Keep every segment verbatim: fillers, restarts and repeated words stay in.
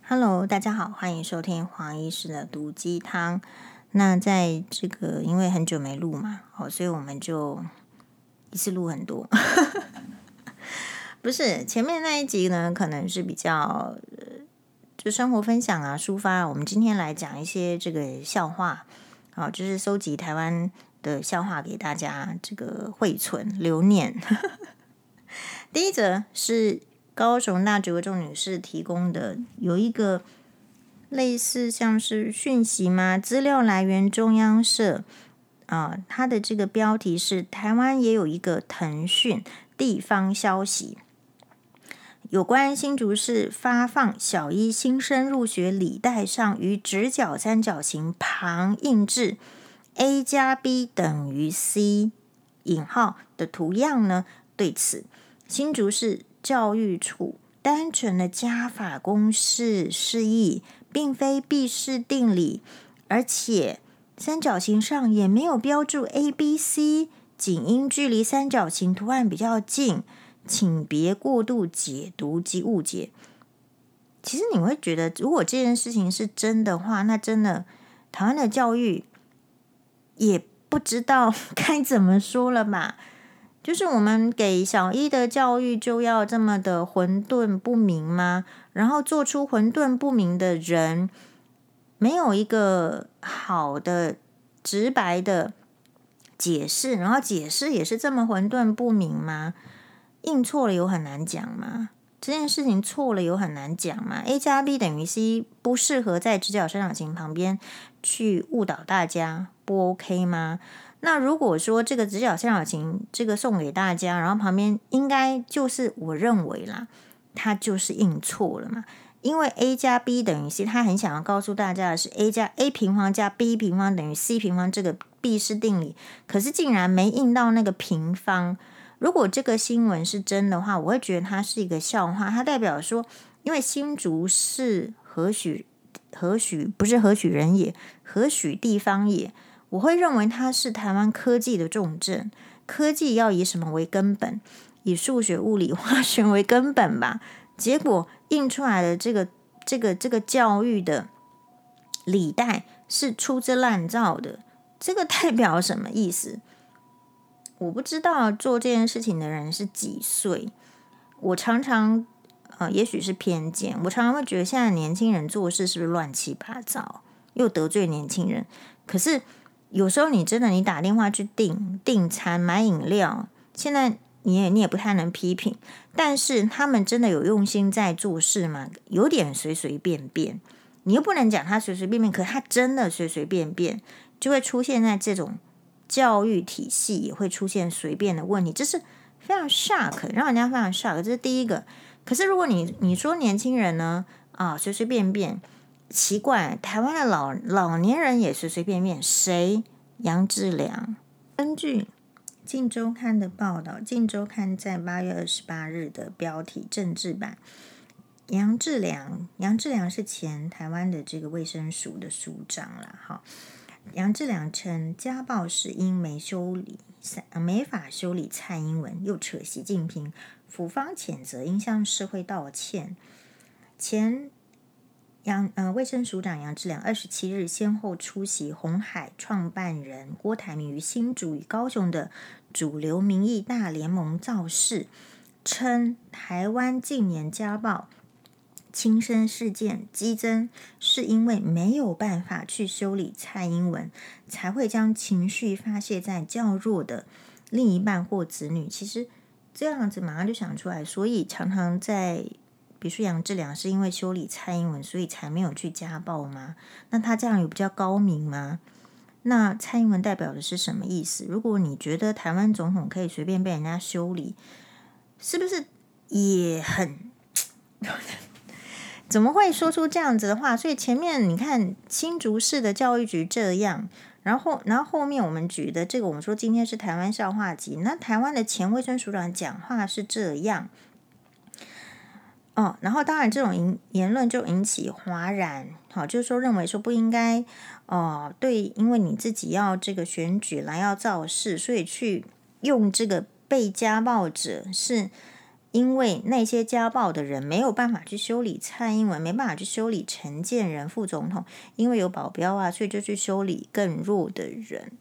Hello，大家好，欢迎收听黄医师的毒鸡汤。那在这个因为很久没录嘛，哦，所以我们就一次录很多。不是前面那一集呢，可能是比较、呃、就生活分享啊、抒发。我们今天来讲一些这个笑话，哦，就是收集台湾的笑话给大家这个汇存留念。第一则是高雄大竹仲女士提供的，有一个类似像是讯息吗？资料来源中央社啊、呃，它的这个标题是台湾也有一个腾讯地方消息，有关新竹市发放小一新生入学礼袋上于直角三角形旁印制 A 加 B 等于 C 引号的图样呢？对此，新竹市教育处单纯的加法公式示意，并非毕氏定理，而且三角形上也没有标注 A、B、C， 仅因距离三角形图案比较近，请别过度解读及误解。其实你会觉得，如果这件事情是真的话，那真的台湾的教育也不知道该怎么说了吧？就是我们给小一的教育就要这么的混沌不明吗？然后做出混沌不明的人，没有一个好的直白的解释，然后解释也是这么混沌不明吗？印错了有很难讲吗？这件事情错了有很难讲吗？ A 加 B 等于 C 不适合在直角三角形旁边去误导大家，不 OK 吗？那如果说这个直角三角形这个送给大家，然后旁边应该就是我认为啦，它就是印错了嘛。因为 A 加 B 等于 C， 他很想要告诉大家的是 A 加 A 平方加 B 平方等于 C 平方这个毕氏定理，可是竟然没印到那个平方。如果这个新闻是真的话，我会觉得它是一个笑话。它代表说，因为新竹市何许何许不是何许人也，何许地方也。我会认为它是台湾科技的重镇，科技要以什么为根本？以数学、物理、化学为根本吧。结果印出来的这个这个这个教育的礼袋是粗制滥造的，这个代表什么意思？我不知道做这件事情的人是几岁。我常常呃，也许是偏见，我常常会觉得现在年轻人做事是不是乱七八糟，又得罪年轻人。可是有时候你真的你打电话去订订餐买饮料，现在你也你也不太能批评，但是他们真的有用心在做事吗？有点随随便便，你又不能讲他随随便便，可是他真的随随便便，就会出现在这种教育体系也会出现随便的问题，这是非常 shock， 让人家非常 shock， 这是第一个。可是如果你你说年轻人呢啊随随便便。奇怪，台湾的老老年人也随随便便，谁？杨志良。根据《镜周刊》的报道，《镜周刊》在八月二十八日的标题政治版，杨志良，杨志良是前台湾的这个卫生署的署长啦。哈，杨志良称家暴是因没修理，没法修理蔡英文，又扯习近平，府方谴责应向社会道歉。前杨呃，卫生署长杨志良二十七日先后出席鸿海创办人郭台铭于新竹与高雄的主流民意大联盟造势，称台湾近年家暴轻生事件激增，是因为没有办法去修理蔡英文，才会将情绪发泄在较弱的另一半或子女。其实这样子马上就想出来，所以常常在。比如说杨志良是因为修理蔡英文，所以才没有去家暴吗？那他这样有比较高明吗？那蔡英文代表的是什么意思？如果你觉得台湾总统可以随便被人家修理，是不是也很怎么会说出这样子的话？所以前面你看新竹市的教育局这样，然后然后后面我们举的这个，我们说今天是台湾笑话集，那台湾的前卫生署长讲话是这样。哦，然后当然这种言论就引起哗然，好，就是说认为说不应该，哦，对，因为你自己要这个选举来要造势，所以去用这个被家暴者是因为那些家暴的人没有办法去修理蔡英文，没办法去修理陈建仁副总统，因为有保镖啊，所以就去修理更弱的人。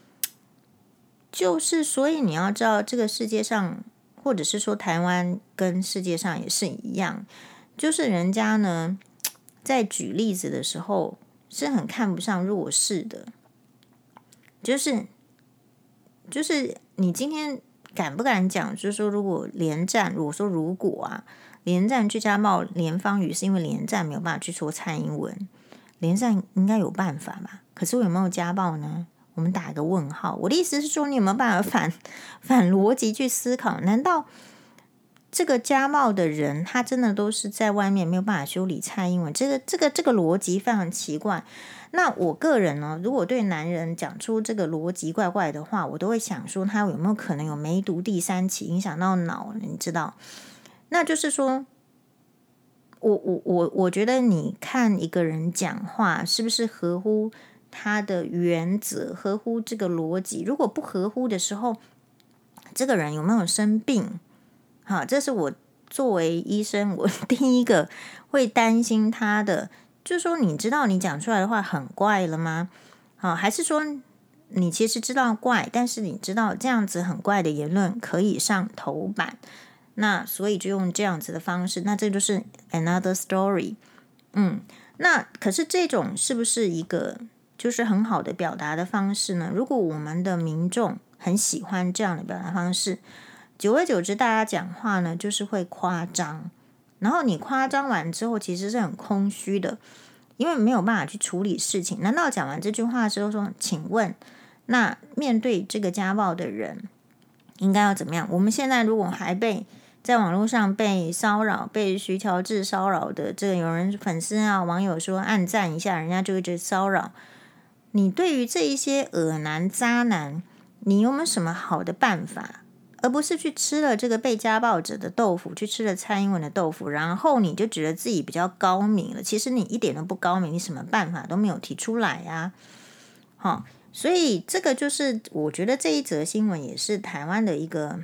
就是所以你要知道，这个世界上，或者是说台湾跟世界上也是一样，就是人家呢在举例子的时候是很看不上弱势的，就是就是你今天敢不敢讲，就是说如果连战，如果说如果啊连战去家暴连方瑜，是因为连战没有办法去说蔡英文，连战应该有办法吧？可是我有没有家暴呢？我们打一个问号。我的意思是说，你有没有办法反反逻辑去思考？难道这个家暴的人，他真的都是在外面没有办法修理蔡英文？这个这个这个逻辑非常奇怪。那我个人呢，如果对男人讲出这个逻辑怪怪的话，我都会想说，他有没有可能有梅毒第三期影响到脑？你知道？那就是说，我我我我觉得你看一个人讲话是不是合乎他的原则，合乎这个逻辑？如果不合乎的时候，这个人有没有生病？好，这是我作为医生，我第一个会担心他的，就是说，你知道你讲出来的话很怪了吗？好，还是说你其实知道怪，但是你知道这样子很怪的言论可以上头版，那所以就用这样子的方式，那这就是 another story。嗯，那可是这种是不是一个就是很好的表达的方式呢？如果我们的民众很喜欢这样的表达方式，久而久之，大家讲话呢就是会夸张，然后你夸张完之后，其实是很空虚的，因为没有办法去处理事情。难道讲完这句话之后说，请问，那面对这个家暴的人，应该要怎么样？我们现在如果还被在网络上被骚扰，被徐乔治骚扰的，这个有人粉丝啊网友说按赞一下，人家就一直骚扰你。对于这一些恶男渣男，你有没有什么好的办法？而不是去吃了这个被家暴者的豆腐，去吃了蔡英文的豆腐，然后你就觉得自己比较高明了。其实你一点都不高明，你什么办法都没有提出来呀、啊。好，所以这个就是我觉得这一则新闻也是台湾的一个，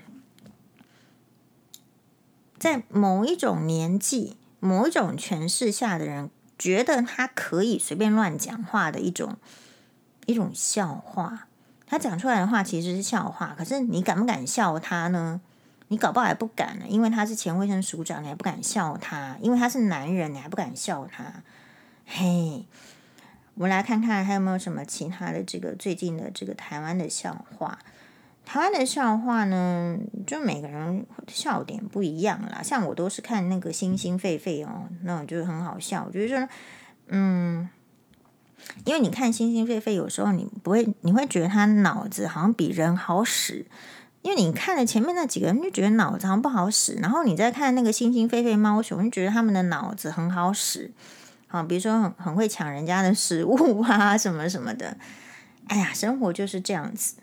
在某一种年纪、某一种权势下的人，觉得他可以随便乱讲话的一种一种笑话。他讲出来的话其实是笑话，可是你敢不敢笑他呢？你搞不好还不敢呢，因为他是前卫生署长，你还不敢笑他；因为他是男人，你还不敢笑他。嘿，我们来看看还有没有什么其他的这个最近的这个台湾的笑话。台湾的笑话呢，就每个人笑点不一样啦。像我都是看那个星星狒狒哦，那我觉得很好笑。我觉得说，嗯。因为你看星星狒狒，有时候你不会，你会觉得他脑子好像比人好使，因为你看了前面那几个人，就觉得脑子好像不好使，然后你再看那个星星狒狒猫熊，就觉得他们的脑子很好使，好，比如说很很会抢人家的食物啊，什么什么的。哎呀，生活就是这样子。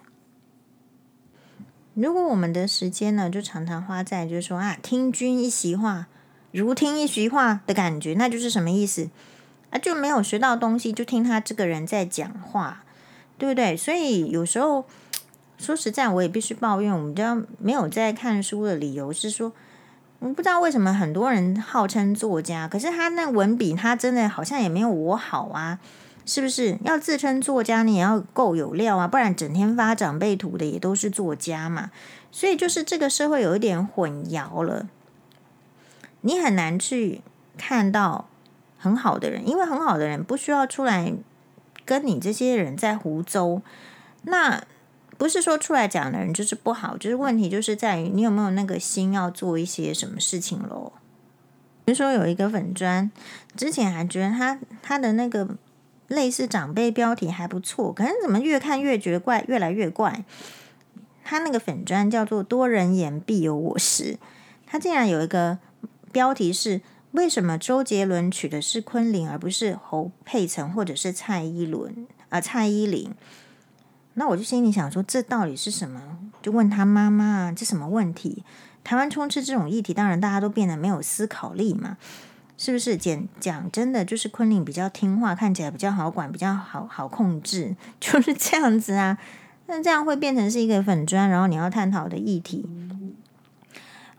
如果我们的时间呢，就常常花在就是说啊，听君一席话，如听一席话的感觉，那就是什么意思？啊，就没有学到东西，就听他这个人在讲话，对不对？所以有时候说实在，我也必须抱怨，我们家没有在看书的理由是说，我不知道为什么很多人号称作家，可是他那文笔，他真的好像也没有我好啊，是不是？要自称作家，你也要够有料啊，不然整天发长辈图的也都是作家嘛。所以就是这个社会有一点混淆了，你很难去看到很好的人，因为很好的人不需要出来跟你这些人在胡诌。那不是说出来讲的人就是不好，就是问题就是在于你有没有那个心要做一些什么事情咯。比如说有一个粉专，之前还觉得他他的那个类似长辈标题还不错，可是怎么越看越觉得怪，越来越怪。他那个粉专叫做多人言必有我师，他竟然有一个标题是为什么周杰伦娶的是昆凌而不是侯佩岑或者是蔡依伦啊、呃、蔡依林？那我就心里想说，这到底是什么？就问他妈妈，这什么问题？台湾充斥这种议题，当然大家都变得没有思考力嘛，是不是？讲讲真的，就是昆凌比较听话，看起来比较好管，比较好好控制，就是这样子啊。那这样会变成是一个粉专，然后你要探讨的议题。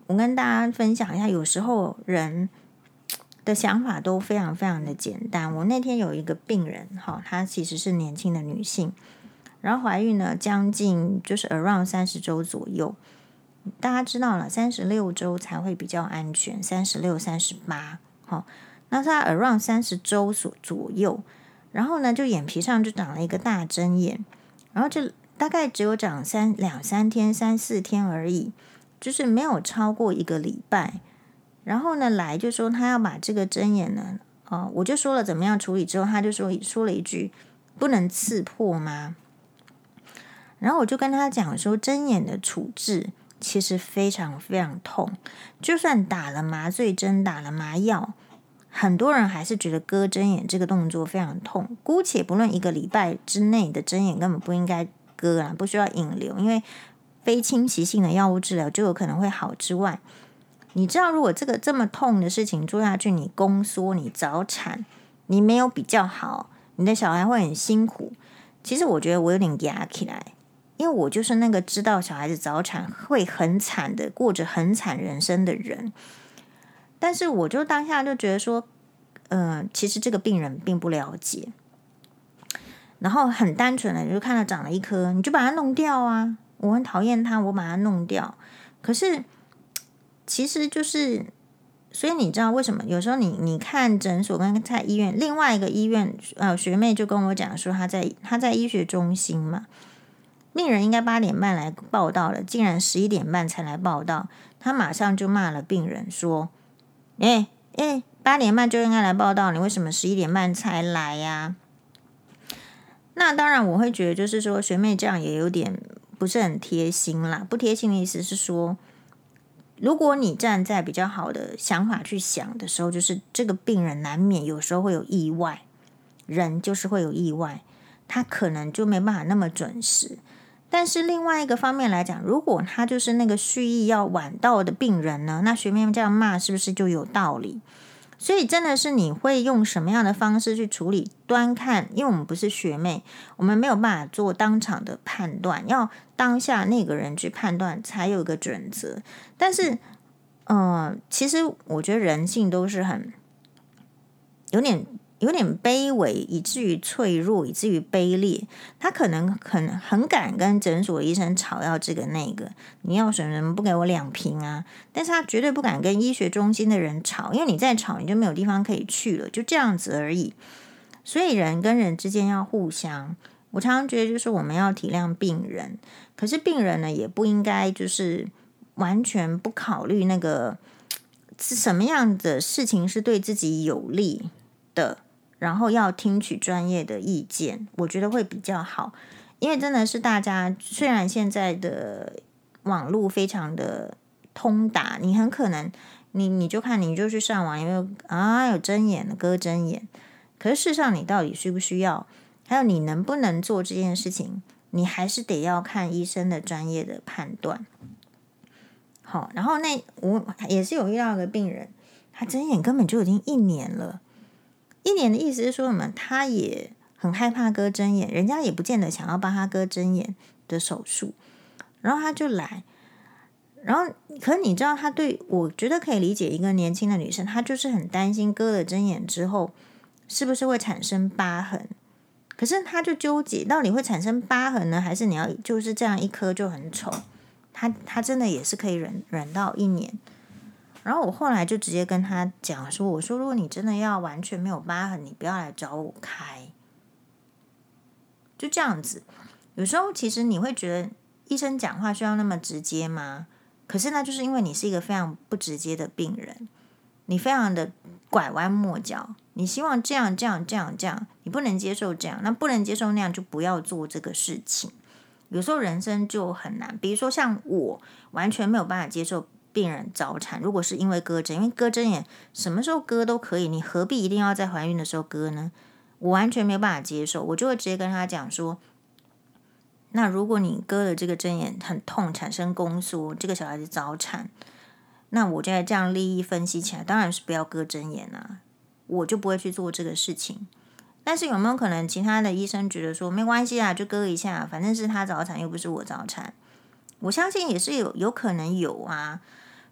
我跟大家分享一下，有时候人的想法都非常非常的简单。我那天有一个病人，哈，她其实是年轻的女性，然后怀孕呢将近就是 around 三十周左右。大家知道了，三十六周才会比较安全，三十六、三十八，好，那她 around 三十周左左右，然后呢，就眼皮上就长了一个大针眼，然后就大概只有长三两三天、三四天而已，就是没有超过一个礼拜。然后呢，来就说他要把这个针眼呢，哦，我就说了怎么样处理之后，他就说说了一句：“不能刺破吗？”然后我就跟他讲说，针眼的处置其实非常非常痛，就算打了麻醉针、打了麻药，很多人还是觉得割针眼这个动作非常痛。姑且不论一个礼拜之内的针眼根本不应该割啊，不需要引流，因为非侵袭性的药物治疗就有可能会好之外。你知道，如果这个这么痛的事情做下去，你宫缩、你早产，你没有比较好，你的小孩会很辛苦。其实我觉得我有点压起来，因为我就是那个知道小孩子早产会很惨的，过着很惨人生的人。但是我就当下就觉得说，嗯、呃，其实这个病人并不了解，然后很单纯的就看到长了一颗，你就把它弄掉啊！我很讨厌它，我把它弄掉。可是其实就是，所以你知道为什么有时候你你看诊所跟在医院，另外一个医院呃学妹就跟我讲说，她在她在医学中心嘛，病人应该八点半来报到了，竟然十一点半才来报到，她马上就骂了病人说：“哎、欸、哎，八、欸、点半就应该来报到，你为什么十一点半才来呀、啊？”那当然我会觉得就是说学妹这样也有点不是很贴心啦，不贴心的意思是说，如果你站在比较好的想法去想的时候，就是这个病人难免有时候会有意外，人就是会有意外，他可能就没办法那么准时。但是另外一个方面来讲，如果他就是那个蓄意要晚到的病人呢，那学妹这样骂是不是就有道理？所以真的是你会用什么样的方式去处理，端看，因为我们不是学妹，我们没有办法做当场的判断，要当下那个人去判断才有一个准则。但是呃，其实我觉得人性都是很有点有点卑微，以至于脆弱，以至于卑劣。他可能很很敢跟诊所医生吵要这个那个，你要什么不给我两瓶啊？但是他绝对不敢跟医学中心的人吵，因为你再吵你就没有地方可以去了，就这样子而已。所以人跟人之间要互相，我常常觉得就是我们要体谅病人，可是病人呢也不应该就是完全不考虑那个是什么样的事情是对自己有利的，然后要听取专业的意见，我觉得会比较好。因为真的是大家虽然现在的网络非常的通达，你很可能你你就看你就去上网，有没有啊有针眼的割针眼，可是事实上你到底需不需要，还有你能不能做这件事情，你还是得要看医生的专业的判断。好，然后那我也是有遇到一个病人，他针眼根本就已经一年了。一年的意思是说什么？他也很害怕割针眼，人家也不见得想要帮他割针眼的手术，然后他就来，然后可是你知道，他对我觉得可以理解，一个年轻的女生，她就是很担心割了针眼之后是不是会产生疤痕，可是他就纠结到底会产生疤痕呢，还是你要就是这样一颗就很丑？他他真的也是可以忍忍到一年。然后我后来就直接跟他讲说，我说如果你真的要完全没有疤痕，你不要来找我开，就这样子。有时候其实你会觉得医生讲话需要那么直接吗？可是那就是因为你是一个非常不直接的病人，你非常的拐弯抹角，你希望这样这样这样这样，你不能接受这样，那不能接受那样就不要做这个事情。有时候人生就很难，比如说像我完全没有办法接受病人早产，如果是因为割针，因为割针眼什么时候割都可以，你何必一定要在怀孕的时候割呢？我完全没有办法接受，我就会直接跟他讲说，那如果你割了这个针眼很痛，产生宫缩，这个小孩子早产，那我就这样利益分析起来，当然是不要割针眼啊，我就不会去做这个事情。但是有没有可能其他的医生觉得说没关系啊，就割一下，反正是他早产又不是我早产，我相信也是有有可能有啊。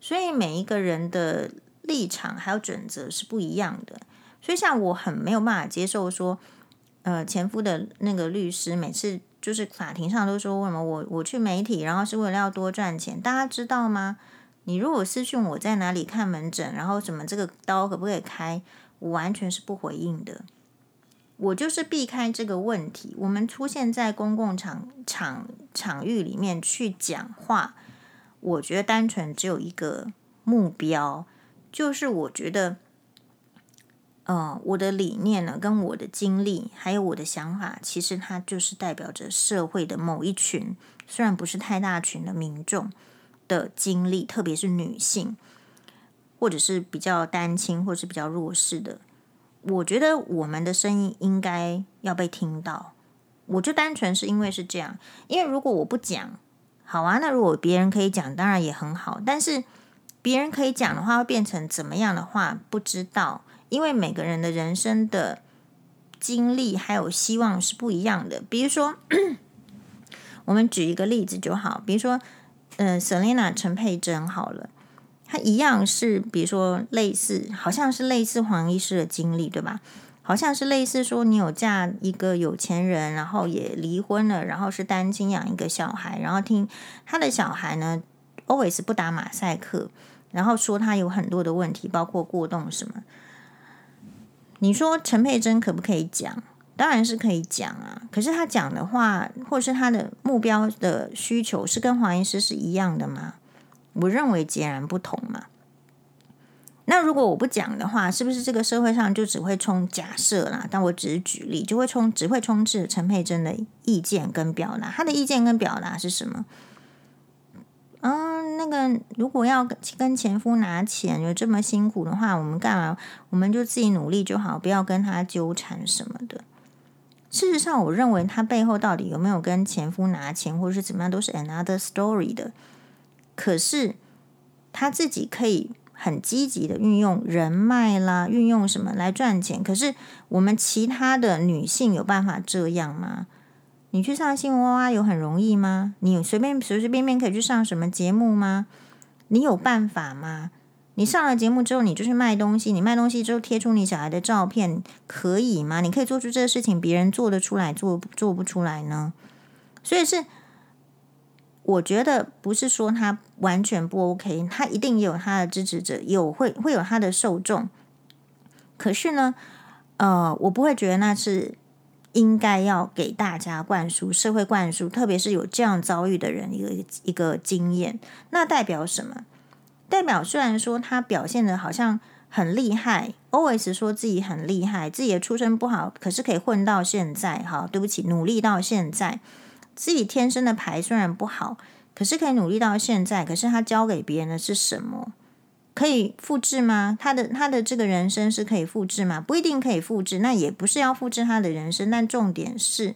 所以每一个人的立场还有准则是不一样的。所以像我很没有办法接受说，呃，前夫的那个律师每次就是法庭上都说，为什么我我去媒体，然后是为了要多赚钱？大家知道吗？你如果私讯我在哪里看门诊，然后什么这个刀可不可以开，我完全是不回应的。我就是避开这个问题。我们出现在公共场场场域里面去讲话，我觉得单纯只有一个目标，就是我觉得。呃，我的理念呢，跟我的经历，还有我的想法，其实它就是代表着社会的某一群，虽然不是太大群的民众的经历，特别是女性，或者是比较单亲，或者是比较弱势的。我觉得我们的声音应该要被听到。我就单纯是因为是这样，因为如果我不讲，好啊，那如果别人可以讲，当然也很好。但是别人可以讲的话，会变成怎么样的话，不知道。因为每个人的人生的经历还有希望是不一样的。比如说，我们举一个例子就好，比如说，呃 ，Selina 陈佩珍好了，她一样是，比如说类似，好像是类似黄医师的经历，对吧？好像是类似说，你有嫁一个有钱人，然后也离婚了，然后是单亲养一个小孩，然后听他的小孩呢 ，always 不打马赛克，然后说他有很多的问题，包括过动什么。你说陈佩珍可不可以讲？当然是可以讲啊。可是他讲的话，或是他的目标的需求，是跟黄医师是一样的吗？我认为截然不同嘛。那如果我不讲的话，是不是这个社会上就只会充假设啦？但我只是举例，就会充只会充斥陈佩珍的意见跟表达。他的意见跟表达是什么？嗯，那个如果要跟前夫拿钱，有这么辛苦的话，我们干嘛？我们就自己努力就好，不要跟他纠缠什么的。事实上，我认为他背后到底有没有跟前夫拿钱，或者是怎么样，都是 another story 的。可是他自己可以很积极的运用人脉啦，运用什么来赚钱。可是我们其他的女性有办法这样吗？你去上新闻哇哇有很容易吗？你随便随随便便可以去上什么节目吗？你有办法吗？你上了节目之后，你就去卖东西，你卖东西之后贴出你小孩的照片，可以吗？你可以做出这个事情，别人做得出来，做做不出来呢？所以是，我觉得不是说他完全不 OK， 他一定有他的支持者，有会会有他的受众。可是呢，呃，我不会觉得那是。应该要给大家灌输、社会灌输，特别是有这样遭遇的人一个一个经验。那代表什么？代表虽然说他表现的好像很厉害 ，always 说自己很厉害，自己的出身不好，可是可以混到现在。哈，对不起，努力到现在，自己天生的牌虽然不好，可是可以努力到现在。可是他教给别人的是什么？可以复制吗？他的他的这个人生是可以复制吗？不一定可以复制，那也不是要复制他的人生，但重点是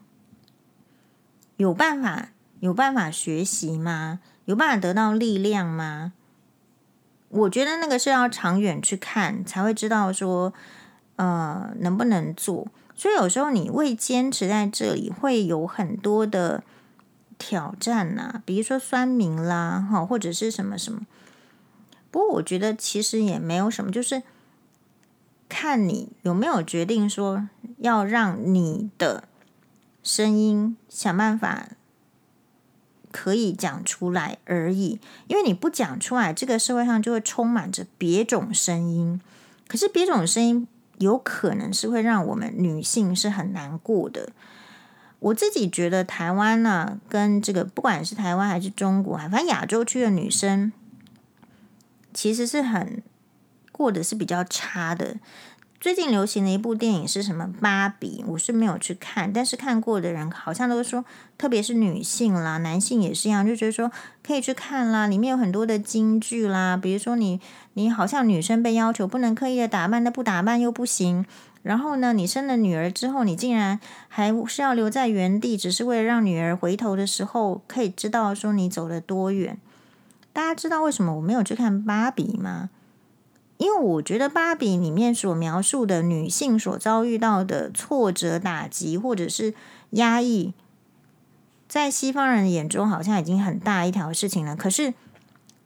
有办法有办法学习吗？有办法得到力量吗？我觉得那个是要长远去看，才会知道说，呃，能不能做。所以有时候你为坚持在这里，会有很多的挑战呐、啊，比如说酸民啦，哈，或者是什么什么。不过我觉得其实也没有什么，就是看你有没有决定说要让你的声音想办法可以讲出来而已。因为你不讲出来，这个社会上就会充满着别种声音。可是别种声音有可能是会让我们女性是很难过的。我自己觉得台湾呢、啊，跟这个不管是台湾还是中国，反正亚洲区的女生。其实是很过得是比较差的。最近流行的一部电影是什么？芭比，我是没有去看，但是看过的人好像都说，特别是女性啦，男性也是一样，就觉得说可以去看啦，里面有很多的金句啦，比如说你你好像女生被要求不能刻意的打扮，那不打扮又不行。然后呢，你生了女儿之后，你竟然还是要留在原地，只是为了让女儿回头的时候可以知道说你走了多远。大家知道为什么我没有去看芭比吗？因为我觉得芭比里面所描述的女性所遭遇到的挫折、打击或者是压抑，在西方人眼中好像已经很大一条事情了。可是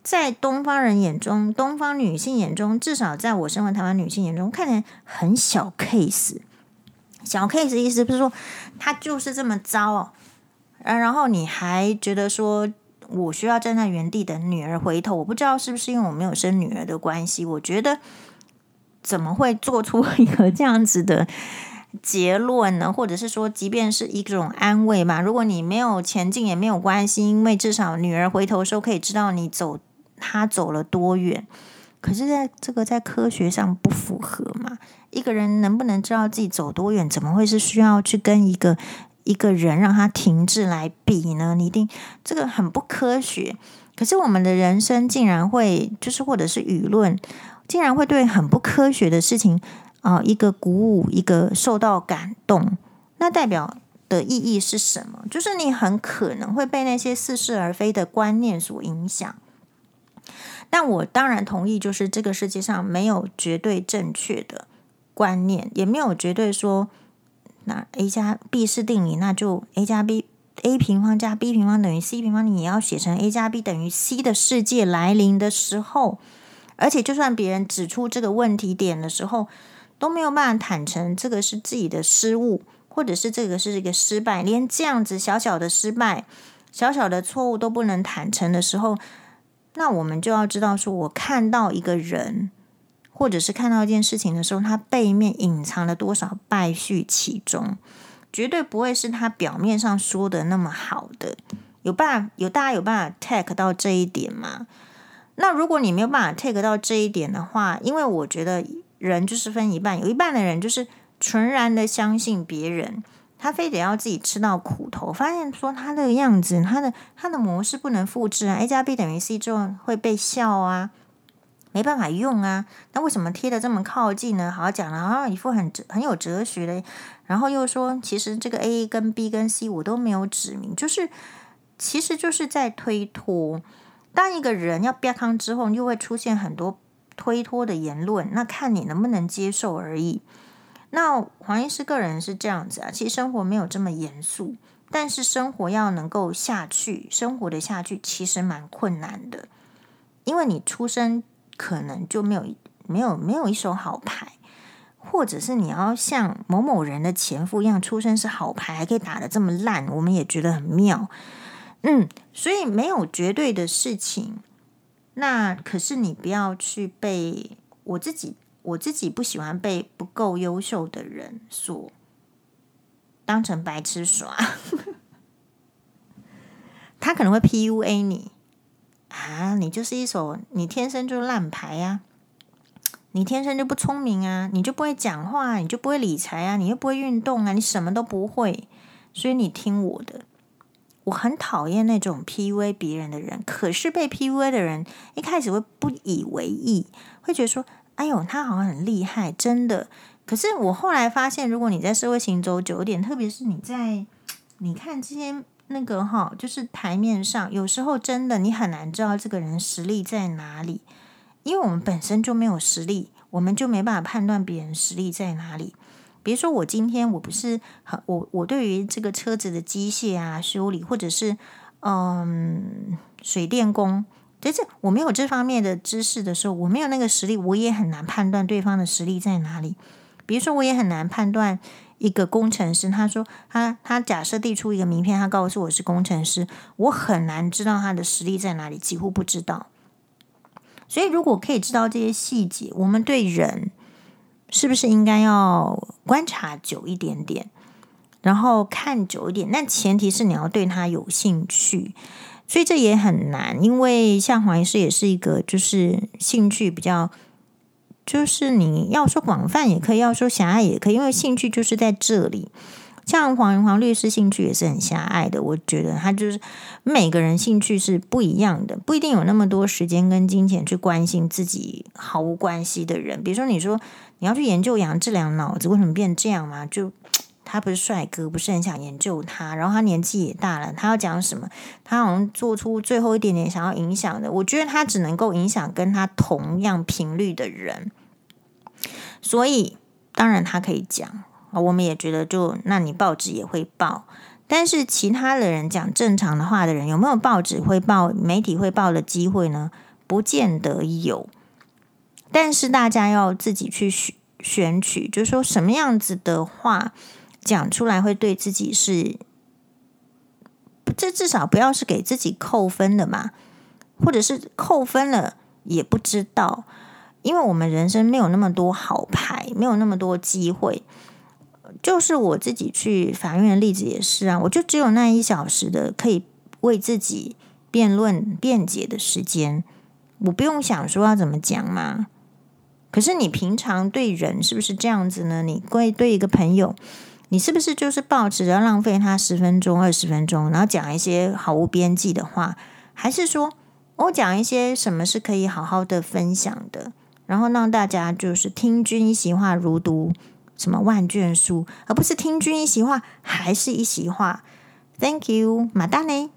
在东方人眼中，东方女性眼中，至少在我身为台湾女性眼中，看起来很小 case。小 case 意思不是说她就是这么糟哦，然后你还觉得说我需要站在原地等女儿回头。我不知道是不是因为我没有生女儿的关系，我觉得怎么会做出一个这样子的结论呢？或者是说即便是一种安慰嘛，如果你没有前进也没有关系，因为至少女儿回头的时候可以知道你走她走了多远。可是在这个在科学上不符合嘛，一个人能不能知道自己走多远，怎么会是需要去跟一个一个人让他停滞来比呢？你一定这个很不科学。可是我们的人生竟然会就是或者是舆论竟然会对很不科学的事情啊、呃，一个鼓舞，一个受到感动，那代表的意义是什么？就是你很可能会被那些似是而非的观念所影响。但我当然同意，就是这个世界上没有绝对正确的观念，也没有绝对说那 A 加 B 是定理，那就 A 加 B A 平方加 B 平方等于 C 平方，你也要写成 A 加 B 等于 C 的世界来临的时候，而且就算别人指出这个问题点的时候，都没有办法坦诚这个是自己的失误，或者是这个是一个失败，连这样子小小的失败、小小的错误都不能坦诚的时候，那我们就要知道说，我看到一个人，或者是看到一件事情的时候，他背面隐藏了多少败絮其中，绝对不会是他表面上说的那么好的。有办法有大家有办法 take 到这一点吗？那如果你没有办法 take 到这一点的话，因为我觉得人就是分一半，有一半的人就是纯然的相信别人，他非得要自己吃到苦头，发现说他的样子，他的他的模式不能复制啊 ，A 加 B 等于 C 之后会被笑啊，没办法用啊。那为什么贴的这么靠近呢？好好讲了，好像一副很很有哲学的，然后又说其实这个 A 跟 B 跟 C 我都没有指明，就是其实就是在推脱。当一个人要变康之后，又会出现很多推脱的言论，那看你能不能接受而已。那黄医师个人是这样子啊，其实生活没有这么严肃，但是生活要能够下去，生活的下去其实蛮困难的，因为你出生可能就没有没有没有一手好牌，或者是你要像某某人的前夫一样，出生是好牌，还可以打得这么烂，我们也觉得很妙。嗯，所以没有绝对的事情。那可是你不要去被我自己，我自己不喜欢被不够优秀的人所当成白痴耍。他可能会 P U A 你啊，你就是一手，你天生就烂牌啊，你天生就不聪明啊，你就不会讲话啊，你就不会理财啊，你又不会运动啊，你什么都不会，所以你听我的。我很讨厌那种 P U A 别人的人，可是被 P U A 的人一开始会不以为意，会觉得说哎呦他好像很厉害，真的。可是我后来发现，如果你在社会行走久一点，特别是你在你看这些那个哈，就是台面上，有时候真的你很难知道这个人实力在哪里，因为我们本身就没有实力，我们就没办法判断别人实力在哪里。比如说我今天我不是很我我对于这个车子的机械啊修理，或者是嗯水电工，就是我没有这方面的知识的时候，我没有那个实力，我也很难判断对方的实力在哪里。比如说我也很难判断一个工程师，他说他他假设递出一个名片，他告诉我是工程师，我很难知道他的实力在哪里，几乎不知道。所以如果可以知道这些细节，我们对人是不是应该要观察久一点点，然后看久一点，但前提是你要对他有兴趣。所以这也很难，因为像黄医师也是一个就是兴趣比较，就是你要说广泛也可以，要说狭隘也可以，因为兴趣就是在这里。像黄黄律师兴趣也是很狭隘的，我觉得他就是每个人兴趣是不一样的，不一定有那么多时间跟金钱去关心自己毫无关系的人。比如说你说你要去研究杨志良脑子为什么变这样嘛，就他不是帅哥，不是很想研究他，然后他年纪也大了，他要讲什么，他好像做出最后一点点想要影响的，我觉得他只能够影响跟他同样频率的人，所以当然他可以讲，我们也觉得就那你报纸也会报，但是其他的人讲正常的话的人，有没有报纸会报、媒体会报的机会呢？ 不见得有，但是大家要自己去选取，就是说什么样子的话讲出来会对自己是，这至少不要是给自己扣分的嘛，或者是扣分了也不知道，因为我们人生没有那么多好牌，没有那么多机会。就是我自己去法院的例子也是啊，我就只有那一小时的可以为自己辩论辩解的时间，我不用想说要怎么讲嘛。可是你平常对人是不是这样子呢？你会对一个朋友，你是不是就是抱持要浪费他十分钟、二十分钟，然后讲一些毫无边际的话，还是说我讲一些什么是可以好好的分享的，然后让大家就是听君一席话，如读什么万卷书，而不是听君一席话，还是一席话。Thank you，马达呢？